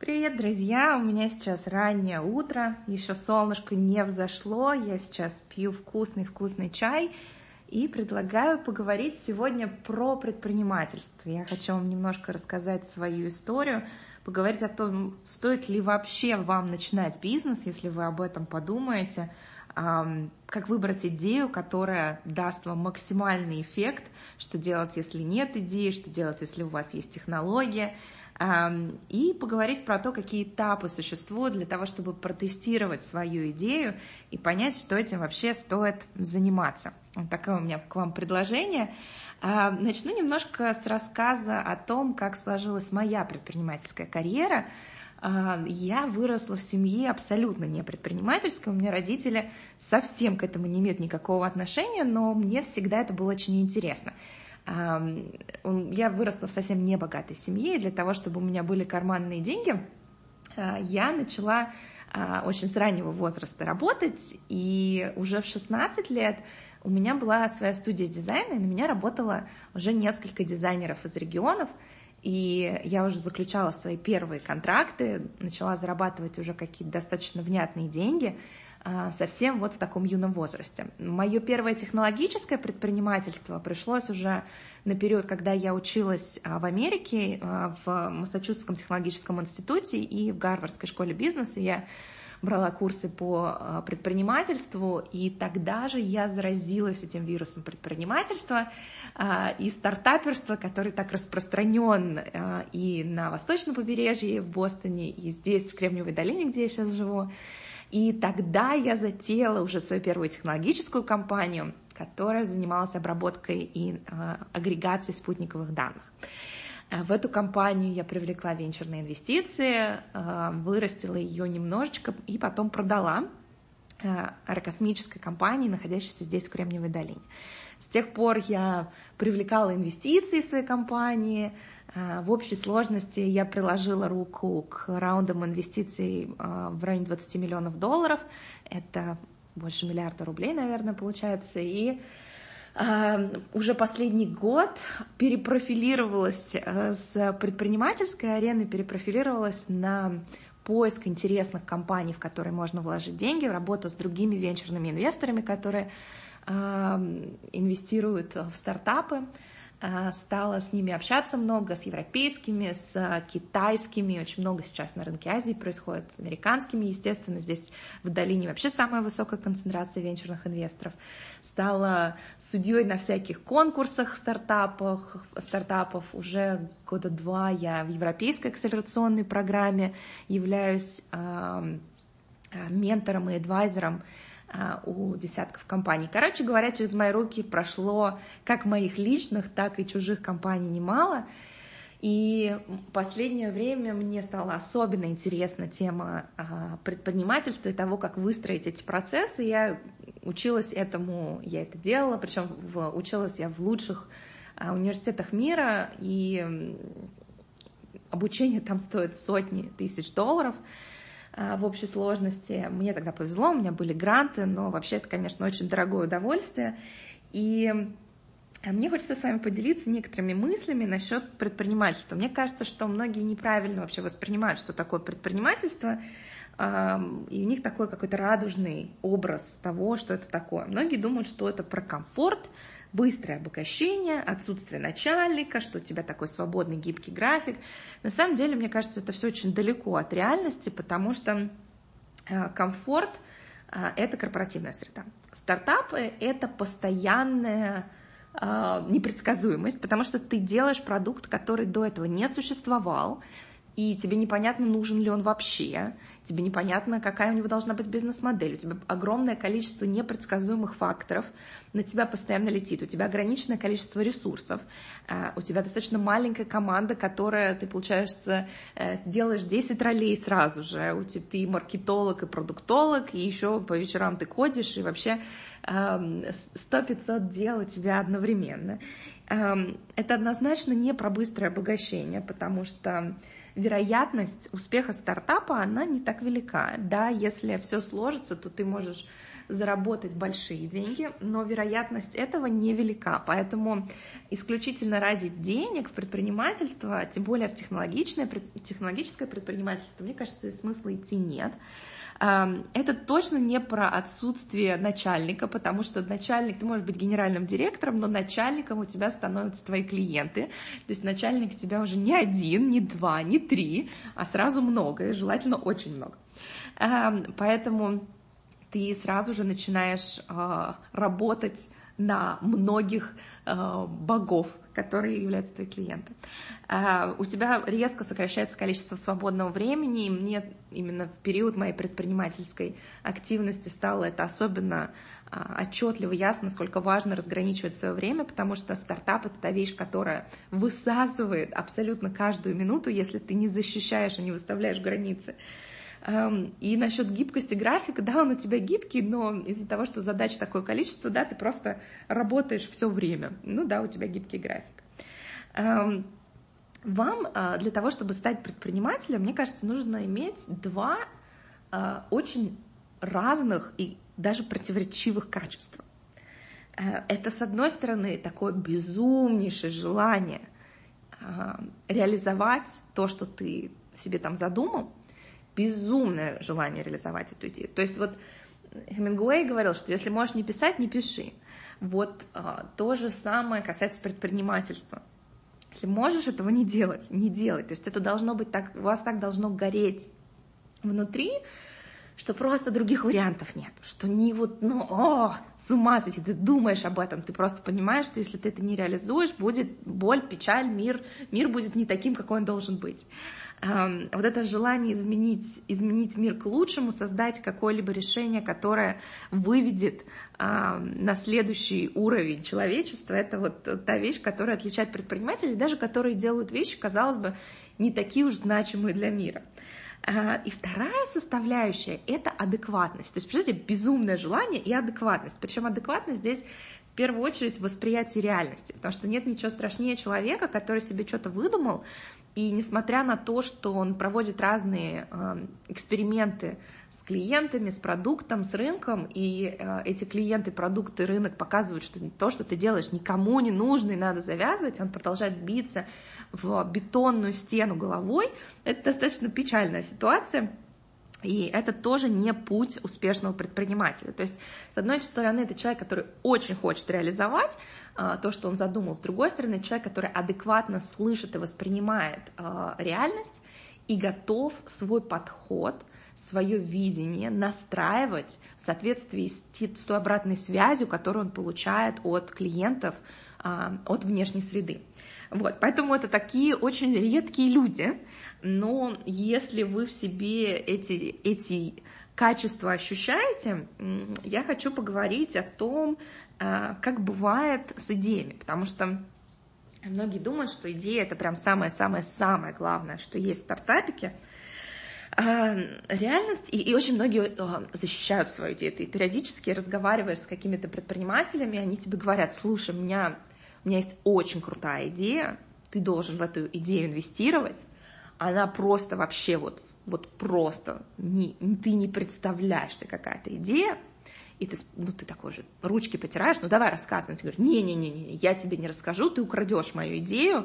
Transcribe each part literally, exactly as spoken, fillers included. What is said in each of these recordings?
Привет, друзья! У меня сейчас раннее утро, еще солнышко не взошло, я сейчас пью вкусный-вкусный чай и предлагаю поговорить сегодня про предпринимательство. Я хочу вам немножко рассказать свою историю, поговорить о том, стоит ли вообще вам начинать бизнес, если вы об этом подумаете, как выбрать идею, которая даст вам максимальный эффект, что делать, если нет идеи, что делать, если у вас есть технология, и поговорить про то, какие этапы существуют для того, чтобы протестировать свою идею и понять, что этим вообще стоит заниматься. Вот такое у меня к вам предложение. Начну немножко с рассказа о том, как сложилась моя предпринимательская карьера. Я выросла в семье абсолютно не предпринимательской, у меня родители совсем к этому не имеют никакого отношения, но мне всегда это было очень интересно. Я выросла в совсем небогатой семье, и для того, чтобы у меня были карманные деньги, я начала очень с раннего возраста работать, и уже в шестнадцать лет у меня была своя студия дизайна, и на меня работало уже несколько дизайнеров из регионов, и я уже заключала свои первые контракты, начала зарабатывать уже какие-то достаточно внятные деньги, совсем вот в таком юном возрасте. Мое первое технологическое предпринимательство пришлось уже на период, когда я училась в Америке, в Массачусетском технологическом институте и в Гарвардской школе бизнеса. Я брала курсы по предпринимательству, и тогда же я заразилась этим вирусом предпринимательства и стартаперства, который так распространен и на восточном побережье, в Бостоне, и здесь, в Кремниевой долине, где я сейчас живу. И тогда я затеяла уже свою первую технологическую компанию, которая занималась обработкой и э, агрегацией спутниковых данных. В эту компанию я привлекла венчурные инвестиции, э, вырастила ее немножечко и потом продала э, аэрокосмической компании, находящейся здесь, в Кремниевой долине. С тех пор я привлекала инвестиции в свои компании. В общей сложности я приложила руку к раундам инвестиций в районе двадцати миллионов долларов. Это больше миллиарда рублей, наверное, получается. И уже последний год перепрофилировалась с предпринимательской арены, перепрофилировалась на поиск интересных компаний, в которые можно вложить деньги, работу с другими венчурными инвесторами, которые инвестируют в стартапы. Стала с ними общаться много, с европейскими, с китайскими, очень много сейчас на рынке Азии происходит, с американскими, естественно, здесь в долине вообще самая высокая концентрация венчурных инвесторов. Стала судьей на всяких конкурсах стартапах, стартапов, уже года два я в европейской акселерационной программе являюсь э, ментором и адвайзером у десятков компаний. Короче говоря, через мои руки прошло как моих личных, так и чужих компаний немало. И в последнее время мне стала особенно интересна тема предпринимательства и того, как выстроить эти процессы. Я училась этому, я это делала, причем училась я в лучших университетах мира, и обучение там стоит сотни тысяч долларов в общей сложности. Мне тогда повезло, у меня были гранты, но вообще это, конечно, очень дорогое удовольствие. И мне хочется с вами поделиться некоторыми мыслями насчет предпринимательства. Мне кажется, что многие неправильно вообще воспринимают, что такое предпринимательство, и у них такой какой-то радужный образ того, что это такое. Многие думают, что это про комфорт, быстрое обогащение, отсутствие начальника, что у тебя такой свободный, гибкий график. На самом деле, мне кажется, это все очень далеко от реальности, потому что комфорт – это корпоративная среда. Стартапы – это постоянная непредсказуемость, потому что ты делаешь продукт, который до этого не существовал, и тебе непонятно, нужен ли он вообще, тебе непонятно, какая у него должна быть бизнес-модель, у тебя огромное количество непредсказуемых факторов, на тебя постоянно летит, у тебя ограниченное количество ресурсов, у тебя достаточно маленькая команда, которая, ты, получается, делаешь десять ролей сразу же, ты и маркетолог, и продуктолог, и еще по вечерам ты кодишь, и вообще сто-пятьсот дел у тебя одновременно. Это однозначно не про быстрое обогащение, потому что вероятность успеха стартапа, она не так велика. Да, если все сложится, то ты можешь заработать большие деньги, но вероятность этого невелика. Поэтому исключительно ради денег в предпринимательство, тем более в технологичное, технологическое предпринимательство, мне кажется, смысла идти нет. Это точно не про отсутствие начальника, потому что начальник, ты можешь быть генеральным директором, но начальником у тебя становятся твои клиенты. То есть начальник у тебя уже не один, не два, не три, а сразу много, и желательно очень много. Поэтому ты сразу же начинаешь работать на многих богов, которые являются твои клиенты. У тебя резко сокращается количество свободного времени, и мне именно в период моей предпринимательской активности стало это особенно отчетливо ясно, насколько важно разграничивать свое время, потому что стартап — это та вещь, которая высасывает абсолютно каждую минуту, если ты не защищаешь и не выставляешь границы. И насчет гибкости графика, да, он у тебя гибкий, но из-за того, что задач такое количество, да, ты просто работаешь все время. Ну да, у тебя гибкий график. Вам для того, чтобы стать предпринимателем, мне кажется, нужно иметь два очень разных и даже противоречивых качества. Это, с одной стороны, такое безумнейшее желание реализовать то, что ты себе там задумал, безумное желание реализовать эту идею. То есть вот Хемингуэй говорил, что если можешь не писать, не пиши. Вот а, то же самое касается предпринимательства. Если можешь этого не делать, не делай. То есть это должно быть так, у вас так должно гореть внутри, что просто других вариантов нет. Что не вот, ну, о, с ума сойти, ты думаешь об этом, ты просто понимаешь, что если ты это не реализуешь, будет боль, печаль, мир, мир будет не таким, какой он должен быть. Вот это желание изменить, изменить мир к лучшему, создать какое-либо решение, которое выведет на следующий уровень человечества, это вот та вещь, которая отличает предпринимателей, даже которые делают вещи, казалось бы, не такие уж значимые для мира. И вторая составляющая — это адекватность. То есть, представляете, безумное желание и адекватность. Причем адекватность здесь в первую очередь восприятие реальности, потому что нет ничего страшнее человека, который себе что-то выдумал, и несмотря на то, что он проводит разные э, эксперименты с клиентами, с продуктом, с рынком, и э, эти клиенты, продукты, рынок показывают, что то, что ты делаешь, никому не нужно и надо завязывать, он продолжает биться в бетонную стену головой, это достаточно печальная ситуация. И это тоже не путь успешного предпринимателя. То есть, с одной стороны, это человек, который очень хочет реализовать а, то, что он задумал. С другой стороны, человек, который адекватно слышит и воспринимает а, реальность и готов свой подход, свое видение настраивать в соответствии с, с той обратной связью, которую он получает от клиентов, а, от внешней среды. Вот, поэтому это такие очень редкие люди, но если вы в себе эти, эти качества ощущаете, я хочу поговорить о том, как бывает с идеями, потому что многие думают, что идея — это прям самое-самое-самое главное, что есть в стартапике. Реальность, и, и очень многие защищают свою идею, ты периодически разговариваешь с какими-то предпринимателями, они тебе говорят: слушай, у меня... У меня есть очень крутая идея, ты должен в эту идею инвестировать, она просто вообще вот, вот просто, не, ты не представляешь себе какая-то идея, и ты, ну, ты такой же ручки потираешь, ну давай рассказывай, ты говоришь: не-не-не, я тебе не расскажу, ты украдешь мою идею,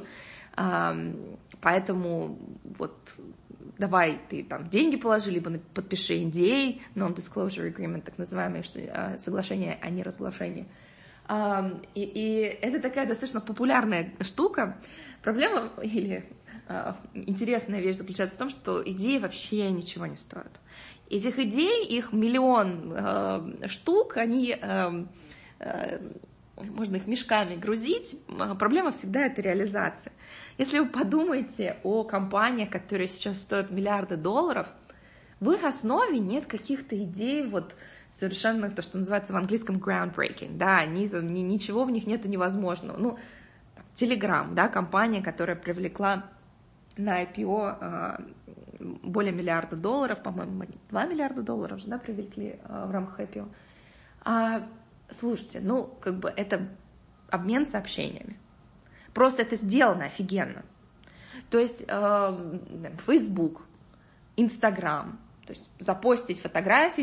поэтому вот давай ты там деньги положи, либо подпиши эн ди эй, Non-Disclosure Agreement, так называемое, что, соглашение о неразглашении. И, и это такая достаточно популярная штука. Проблема или uh, интересная вещь заключается в том, что идеи вообще ничего не стоят. Этих идей, их миллион uh, штук, они, uh, uh, можно их мешками грузить. Проблема всегда — это реализация. Если вы подумаете о компаниях, которые сейчас стоят миллиарды долларов, в их основе нет каких-то идей, вот, совершенно то, что называется в английском groundbreaking, да, они, ничего в них нету невозможного. Ну, Telegram, да, компания, которая привлекла на ай пи о э, более миллиарда долларов, по-моему, два миллиарда долларов же, да, привлекли э, в рамках ай пи о. А, слушайте, ну, как бы это обмен сообщениями. Просто это сделано офигенно. То есть э, Facebook, Instagram, то есть запостить фотографии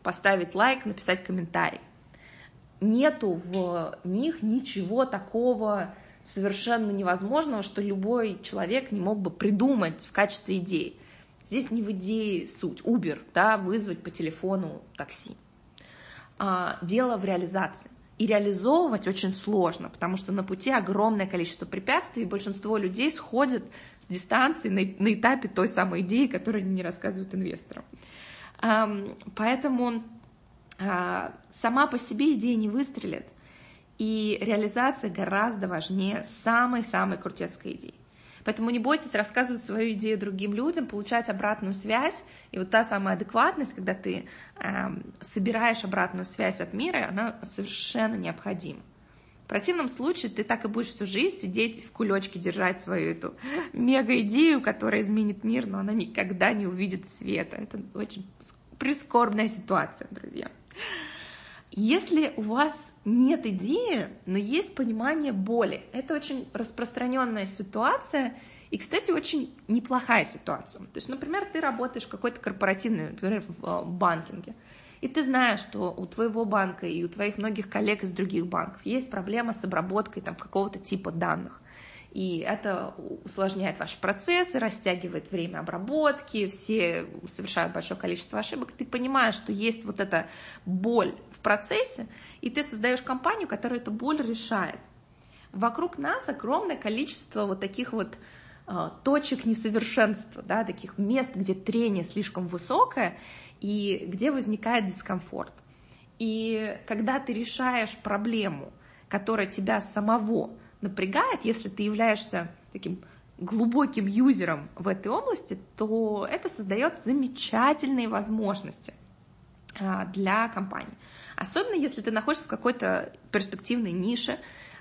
поставить лайк, написать комментарий. Нету в них ничего такого совершенно невозможного, что любой человек не мог бы придумать в качестве идеи. Здесь не в идее суть. Uber, да, вызвать по телефону такси. А, дело в реализации. И реализовывать очень сложно, потому что на пути огромное количество препятствий, и большинство людей сходят с дистанции на, на этапе той самой идеи, которую они не рассказывают инвесторам. А, поэтому а, сама по себе идея не выстрелит, и реализация гораздо важнее самой-самой крутецкой идеи. Поэтому не бойтесь рассказывать свою идею другим людям, получать обратную связь. И вот та самая адекватность, когда ты э, собираешь обратную связь от мира, она совершенно необходима. В противном случае ты так и будешь всю жизнь сидеть в кулечке, держать свою эту мега-идею, которая изменит мир, но она никогда не увидит света. Это очень прискорбная ситуация, друзья. Если у вас нет идеи, но есть понимание боли, это очень распространенная ситуация и, кстати, очень неплохая ситуация. То есть, например, ты работаешь в какой-то корпоративной, например, в банкинге, и ты знаешь, что у твоего банка и у твоих многих коллег из других банков есть проблема с обработкой там, какого-то типа данных. И это усложняет ваши процессы, растягивает время обработки, все совершают большое количество ошибок. Ты понимаешь, что есть вот эта боль в процессе, и ты создаешь компанию, которая эту боль решает. Вокруг нас огромное количество вот таких вот э, точек несовершенства, да, таких мест, где трение слишком высокое и где возникает дискомфорт. И когда ты решаешь проблему, которая тебя самого напрягает, если ты являешься таким глубоким юзером в этой области, то это создает замечательные возможности для компании. Особенно если ты находишься в какой-то перспективной нише,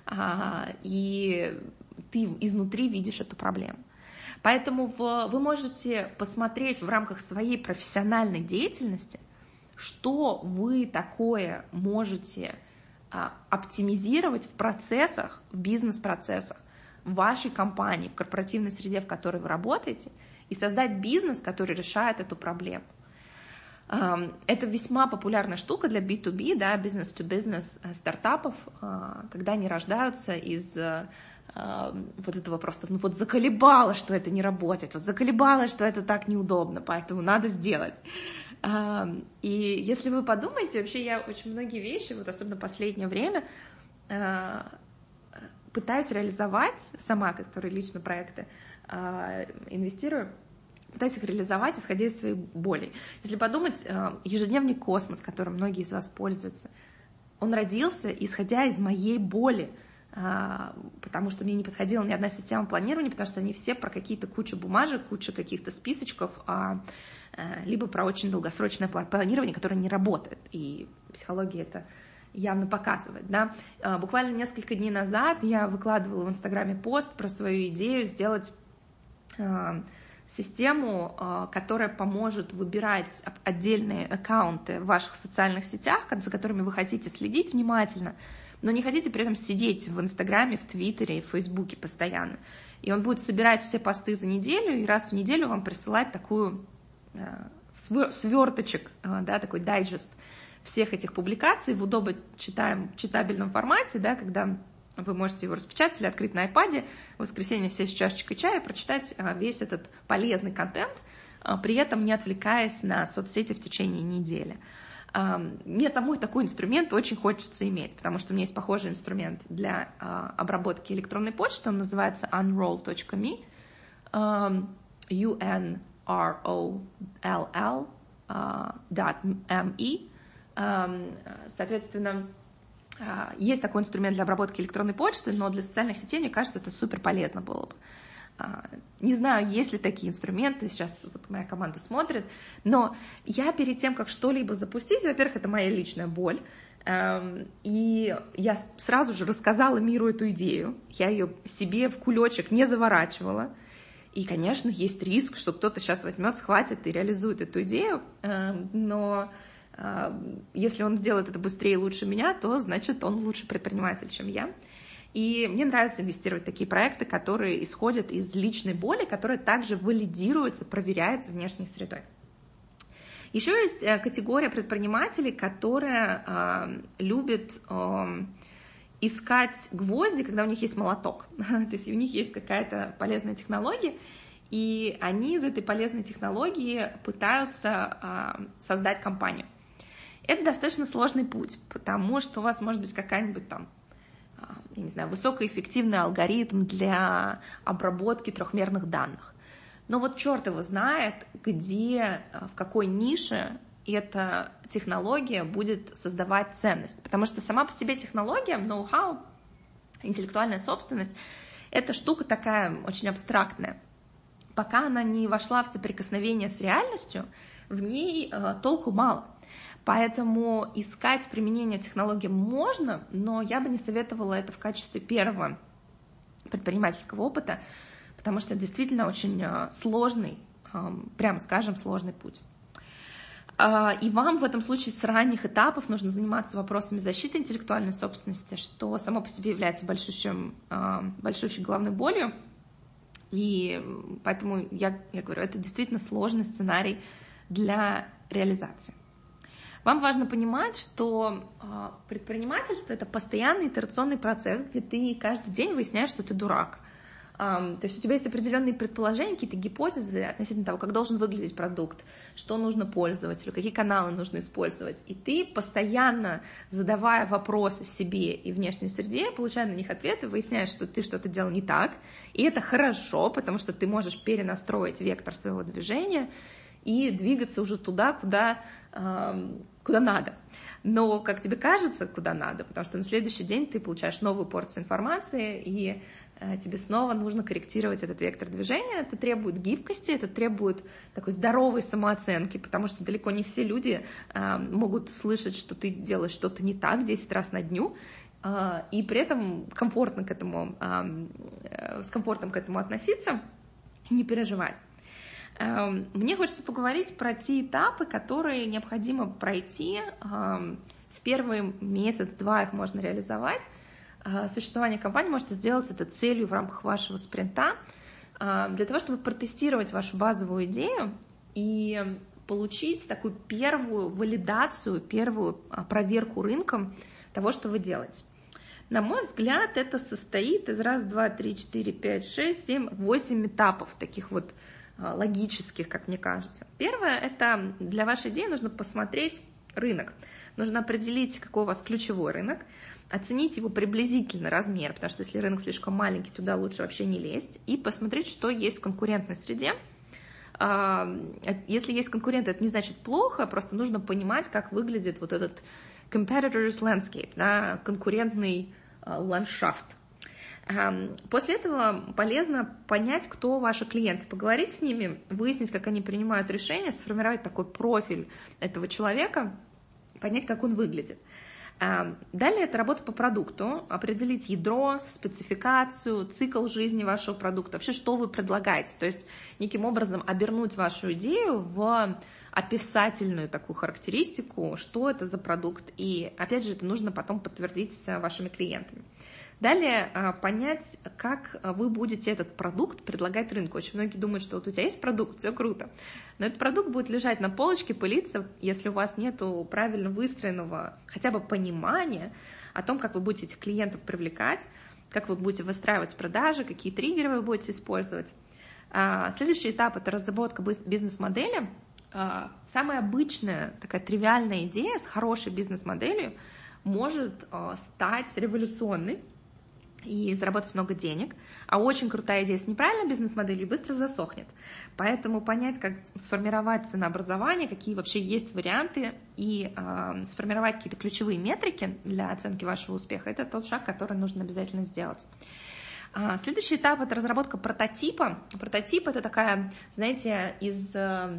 и ты изнутри видишь эту проблему. Поэтому вы можете посмотреть в рамках своей профессиональной деятельности, что вы такое можете оптимизировать в процессах, в бизнес-процессах, в вашей компании, в корпоративной среде, в которой вы работаете, и создать бизнес, который решает эту проблему. Это весьма популярная штука для би ту би, да, business-to-business стартапов, когда они рождаются из вот этого просто, ну вот заколебало, что это не работает, вот заколебало, что это так неудобно, поэтому надо сделать. И если вы подумаете, вообще я очень многие вещи, вот особенно в последнее время, пытаюсь реализовать сама, которые лично проекты инвестирую, пытаюсь их реализовать, исходя из своей боли. Если подумать, ежедневник «Космос», которым многие из вас пользуются, он родился, исходя из моей боли, потому что мне не подходила ни одна система планирования, потому что они все про какие-то кучу бумажек, кучу каких-то списочков, либо про очень долгосрочное планирование, которое не работает. И психология это явно показывает. Да? Буквально несколько дней назад я выкладывала в Инстаграме пост про свою идею сделать систему, которая поможет выбирать отдельные аккаунты в ваших социальных сетях, за которыми вы хотите следить внимательно, но не хотите при этом сидеть в Инстаграме, в Твиттере, в Фейсбуке постоянно. И он будет собирать все посты за неделю и раз в неделю вам присылать такую сверточек, да, такой дайджест всех этих публикаций в удобно читабельном формате, да, когда вы можете его распечатать или открыть на iPad, в воскресенье сесть с чашечкой чая и прочитать весь этот полезный контент, при этом не отвлекаясь на соцсети в течение недели. Мне самой такой инструмент очень хочется иметь, потому что у меня есть похожий инструмент для обработки электронной почты, он называется unroll точка ми, ю эн ар о эл эл точка эм и. Соответственно, есть такой инструмент для обработки электронной почты, но для социальных сетей, мне кажется, это супер полезно было бы. Не знаю, есть ли такие инструменты, сейчас вот моя команда смотрит, но я перед тем, как что-либо запустить, во-первых, это моя личная боль, и я сразу же рассказала миру эту идею, я ее себе в кулечек не заворачивала, и, конечно, есть риск, что кто-то сейчас возьмет, схватит и реализует эту идею, но если он сделает это быстрее и лучше меня, то значит он лучший предприниматель, чем я. И мне нравится инвестировать в такие проекты, которые исходят из личной боли, которая также валидируется, проверяется внешней средой. Еще есть категория предпринимателей, которая э, любит э, искать гвозди, когда у них есть молоток. То есть у них есть какая-то полезная технология, и они из этой полезной технологии пытаются э, создать компанию. Это достаточно сложный путь, потому что у вас может быть какая-нибудь там, э, я не знаю, высокоэффективный алгоритм для обработки трехмерных данных. Но вот черт его знает, где, в какой нише эта технология будет создавать ценность. Потому что сама по себе технология, ноу-хау, интеллектуальная собственность, это штука такая очень абстрактная. Пока она не вошла в соприкосновение с реальностью, в ней э, толку мало. Поэтому искать применение технологий можно, но я бы не советовала это в качестве первого предпринимательского опыта, потому что это действительно очень сложный, прямо скажем, сложный путь. И вам в этом случае с ранних этапов нужно заниматься вопросами защиты интеллектуальной собственности, что само по себе является большущим, большущей головной болью. И поэтому я, я говорю, это действительно сложный сценарий для реализации. Вам важно понимать, что предпринимательство – это постоянный итерационный процесс, где ты каждый день выясняешь, что ты дурак. То есть у тебя есть определенные предположения, какие-то гипотезы относительно того, как должен выглядеть продукт, что нужно пользователю, какие каналы нужно использовать. И ты, постоянно задавая вопросы себе и внешней среде, получая на них ответы, выясняешь, что ты что-то делал не так. И это хорошо, потому что ты можешь перенастроить вектор своего движения и двигаться уже туда, куда, куда надо. Но, как тебе кажется, куда надо, потому что на следующий день ты получаешь новую порцию информации, и тебе снова нужно корректировать этот вектор движения. Это требует гибкости, это требует такой здоровой самооценки, потому что далеко не все люди э, могут слышать, что ты делаешь что-то не так десять раз на дню, э, и при этом комфортно к этому, э, с комфортом к этому относиться и не переживать. Э, мне хочется поговорить про те этапы, которые необходимо пройти. Э, в первый месяц-два их можно реализовать. Существование компании можете сделать это целью в рамках вашего спринта для того, чтобы протестировать вашу базовую идею и получить такую первую валидацию, первую проверку рынком того, что вы делаете. На мой взгляд, это состоит из раз, два, три, четыре, пять, шесть, семь, восемь этапов, таких вот логических, как мне кажется. Первое, это для вашей идеи нужно посмотреть рынок. Нужно определить, какой у вас ключевой рынок, оценить его приблизительный размер, потому что если рынок слишком маленький, туда лучше вообще не лезть, и посмотреть, что есть в конкурентной среде. Если есть конкуренты, это не значит плохо, просто нужно понимать, как выглядит вот этот competitors landscape, да, конкурентный ландшафт. После этого полезно понять, кто ваши клиенты, поговорить с ними, выяснить, как они принимают решения, сформировать такой профиль этого человека, понять, как он выглядит. Далее это работа по продукту, определить ядро, спецификацию, цикл жизни вашего продукта, вообще что вы предлагаете, то есть неким образом обернуть вашу идею в описательную такую характеристику, что это за продукт, и опять же это нужно потом подтвердить с вашими клиентами. Далее понять, как вы будете этот продукт предлагать рынку. Очень многие думают, что вот у тебя есть продукт, все круто, но этот продукт будет лежать на полочке, пылиться, если у вас нет правильно выстроенного хотя бы понимания о том, как вы будете этих клиентов привлекать, как вы будете выстраивать продажи, какие триггеры вы будете использовать. Следующий этап – это разработка бизнес-модели. Самая обычная, такая тривиальная идея с хорошей бизнес-моделью может стать революционной и заработать много денег, а очень крутая идея с неправильной бизнес-моделью быстро засохнет. Поэтому понять, как сформировать ценообразование, какие вообще есть варианты, и э, сформировать какие-то ключевые метрики для оценки вашего успеха, это тот шаг, который нужно обязательно сделать. А, следующий этап – это разработка прототипа. Прототип – это такая, знаете, из... Э,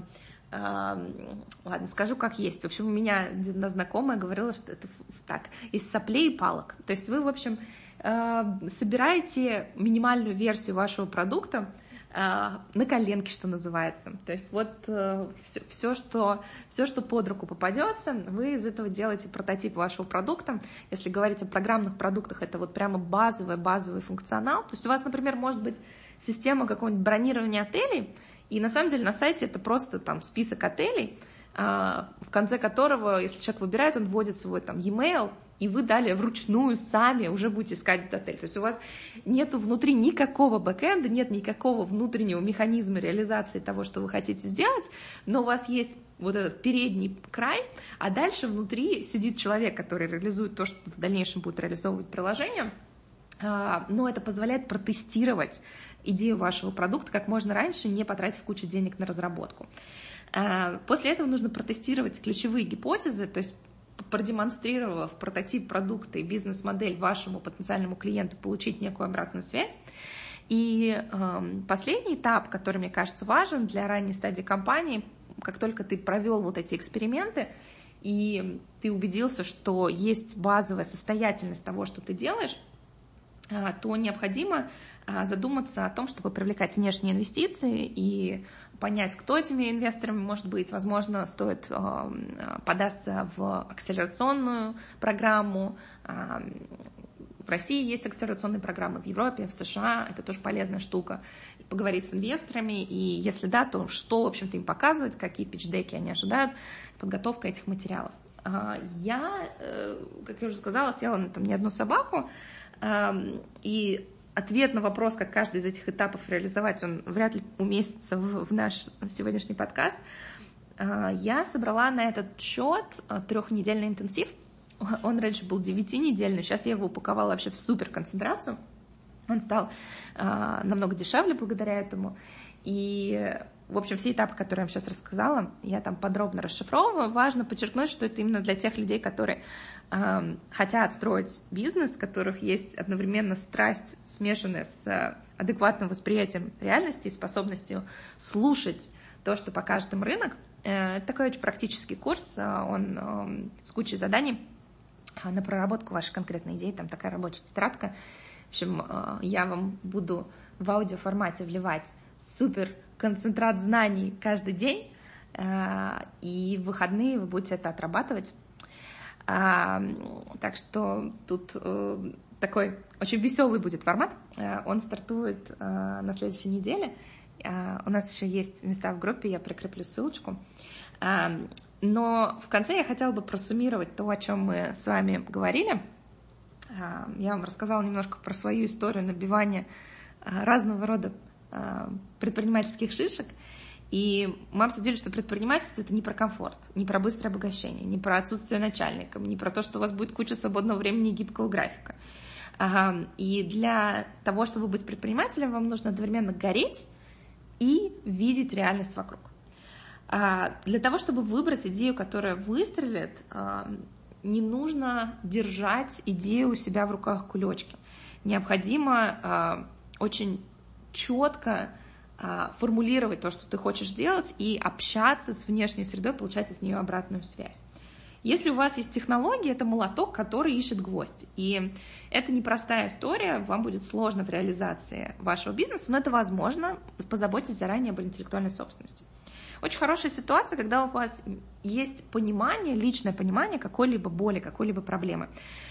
Ладно, скажу как есть. В общем, у меня одна знакомая говорила, что это так, из соплей и палок. То есть вы, в общем, собираете минимальную версию вашего продукта на коленке, что называется. То есть вот все, все, что, все, что под руку попадется, вы из этого делаете прототип вашего продукта. Если говорить о программных продуктах, это вот прямо базовый, базовый функционал. То есть у вас, например, может быть система какого-нибудь бронирования отелей, и на самом деле на сайте это просто там список отелей, в конце которого, если человек выбирает, он вводит свой там e-mail, и вы далее вручную сами уже будете искать этот отель. То есть у вас нет внутри никакого бэкэнда, нет никакого внутреннего механизма реализации того, что вы хотите сделать, но у вас есть вот этот передний край, а дальше внутри сидит человек, который реализует то, что в дальнейшем будет реализовывать приложение, но это позволяет протестировать идею вашего продукта как можно раньше, не потратив кучу денег на разработку. После этого нужно протестировать ключевые гипотезы, то есть продемонстрировав прототип продукта и бизнес-модель вашему потенциальному клиенту, получить некую обратную связь. И э, последний этап, который, мне кажется, важен для ранней стадии компании, как только ты провел вот эти эксперименты, и ты убедился, что есть базовая состоятельность того, что ты делаешь, э, то необходимо э, задуматься о том, чтобы привлекать внешние инвестиции и понять, кто этими инвесторами может быть. Возможно, стоит э, податься в акселерационную программу. Э, в России есть акселерационные программы, в Европе, в США. Это тоже полезная штука. Поговорить с инвесторами, и если да, то что, в общем-то, им показывать, какие питч-деки они ожидают, подготовка этих материалов. Э, я, э, как я уже сказала, съела на этом не одну собаку, э, и ответ на вопрос, как каждый из этих этапов реализовать, он вряд ли уместится в, в наш сегодняшний подкаст. Я собрала на этот счет трехнедельный интенсив. Он раньше был девятинедельный, сейчас я его упаковала вообще в суперконцентрацию. Он стал намного дешевле благодаря этому. И, в общем, все этапы, которые я вам сейчас рассказала, я там подробно расшифровываю. Важно подчеркнуть, что это именно для тех людей, которые э, хотят строить бизнес, у которых есть одновременно страсть, смешанная с адекватным восприятием реальности и способностью слушать то, что покажет им рынок. Э, это такой очень практический курс, он э, с кучей заданий на проработку вашей конкретной идеи, там такая рабочая тетрадка. В общем, э, я вам буду в аудиоформате вливать супер концентрат знаний каждый день, и в выходные вы будете это отрабатывать. Так что тут такой очень веселый будет формат. Он стартует на следующей неделе. У нас еще есть места в группе, я прикреплю ссылочку. Но в конце я хотела бы просуммировать то, о чем мы с вами говорили. Я вам рассказала немножко про свою историю набивания разного рода предпринимательских шишек, и мы обсудили, что предпринимательство — это не про комфорт, не про быстрое обогащение, не про отсутствие начальника, не про то, что у вас будет куча свободного времени и гибкого графика. И для того, чтобы быть предпринимателем, вам нужно одновременно гореть и видеть реальность вокруг. Для того, чтобы выбрать идею, которая выстрелит, не нужно держать идею у себя в руках кулечки. Необходимо очень четко а, формулировать то, что ты хочешь делать, и общаться с внешней средой, получать из нее обратную связь. Если у вас есть технология, это молоток, который ищет гвоздь. И это непростая история, вам будет сложно в реализации вашего бизнеса, но это возможно. Позаботьтесь заранее об интеллектуальной собственности. Очень хорошая ситуация, когда у вас есть понимание, личное понимание какой-либо боли, какой-либо проблемы.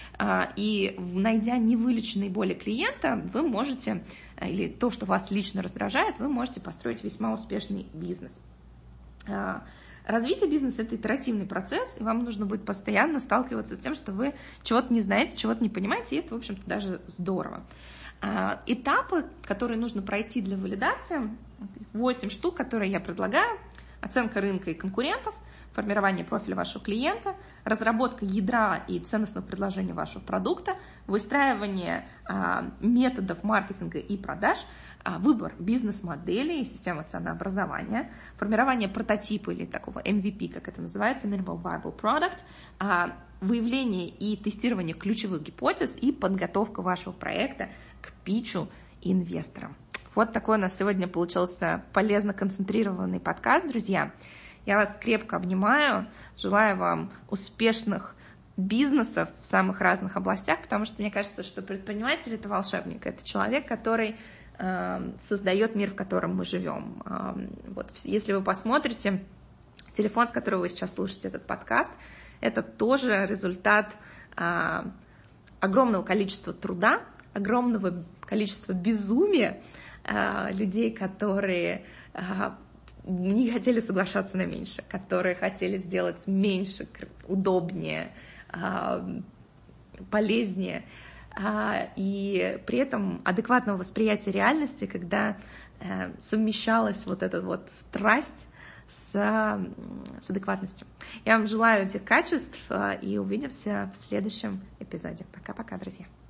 И найдя невылеченные боли клиента, вы можете, или то, что вас лично раздражает, вы можете построить весьма успешный бизнес. Развитие бизнеса – это итеративный процесс, и вам нужно будет постоянно сталкиваться с тем, что вы чего-то не знаете, чего-то не понимаете, и это, в общем-то, даже здорово. Этапы, которые нужно пройти для валидации, восемь штук, которые я предлагаю: оценка рынка и конкурентов, формирование профиля вашего клиента, разработка ядра и ценностного предложения вашего продукта, выстраивание а, методов маркетинга и продаж, а, выбор бизнес-модели и системы ценообразования, формирование прототипа или такого эм ви пи, как это называется, Minimal Viable Product, а, выявление и тестирование ключевых гипотез и подготовка вашего проекта к питчу инвесторам. Вот такой у нас сегодня получился полезно концентрированный подкаст, друзья. Я вас крепко обнимаю, желаю вам успешных бизнесов в самых разных областях, потому что мне кажется, что предприниматель – это волшебник, это человек, который э, создает мир, в котором мы живем. Э, вот, если вы посмотрите, телефон, с которого вы сейчас слушаете этот подкаст, это тоже результат э, огромного количества труда, огромного количества безумия, э, людей, которые... Э, не хотели соглашаться на меньше, которые хотели сделать меньше, удобнее, полезнее, и при этом адекватного восприятия реальности, когда совмещалась вот эта вот страсть с, с адекватностью. Я вам желаю этих качеств и увидимся в следующем эпизоде. Пока-пока, друзья.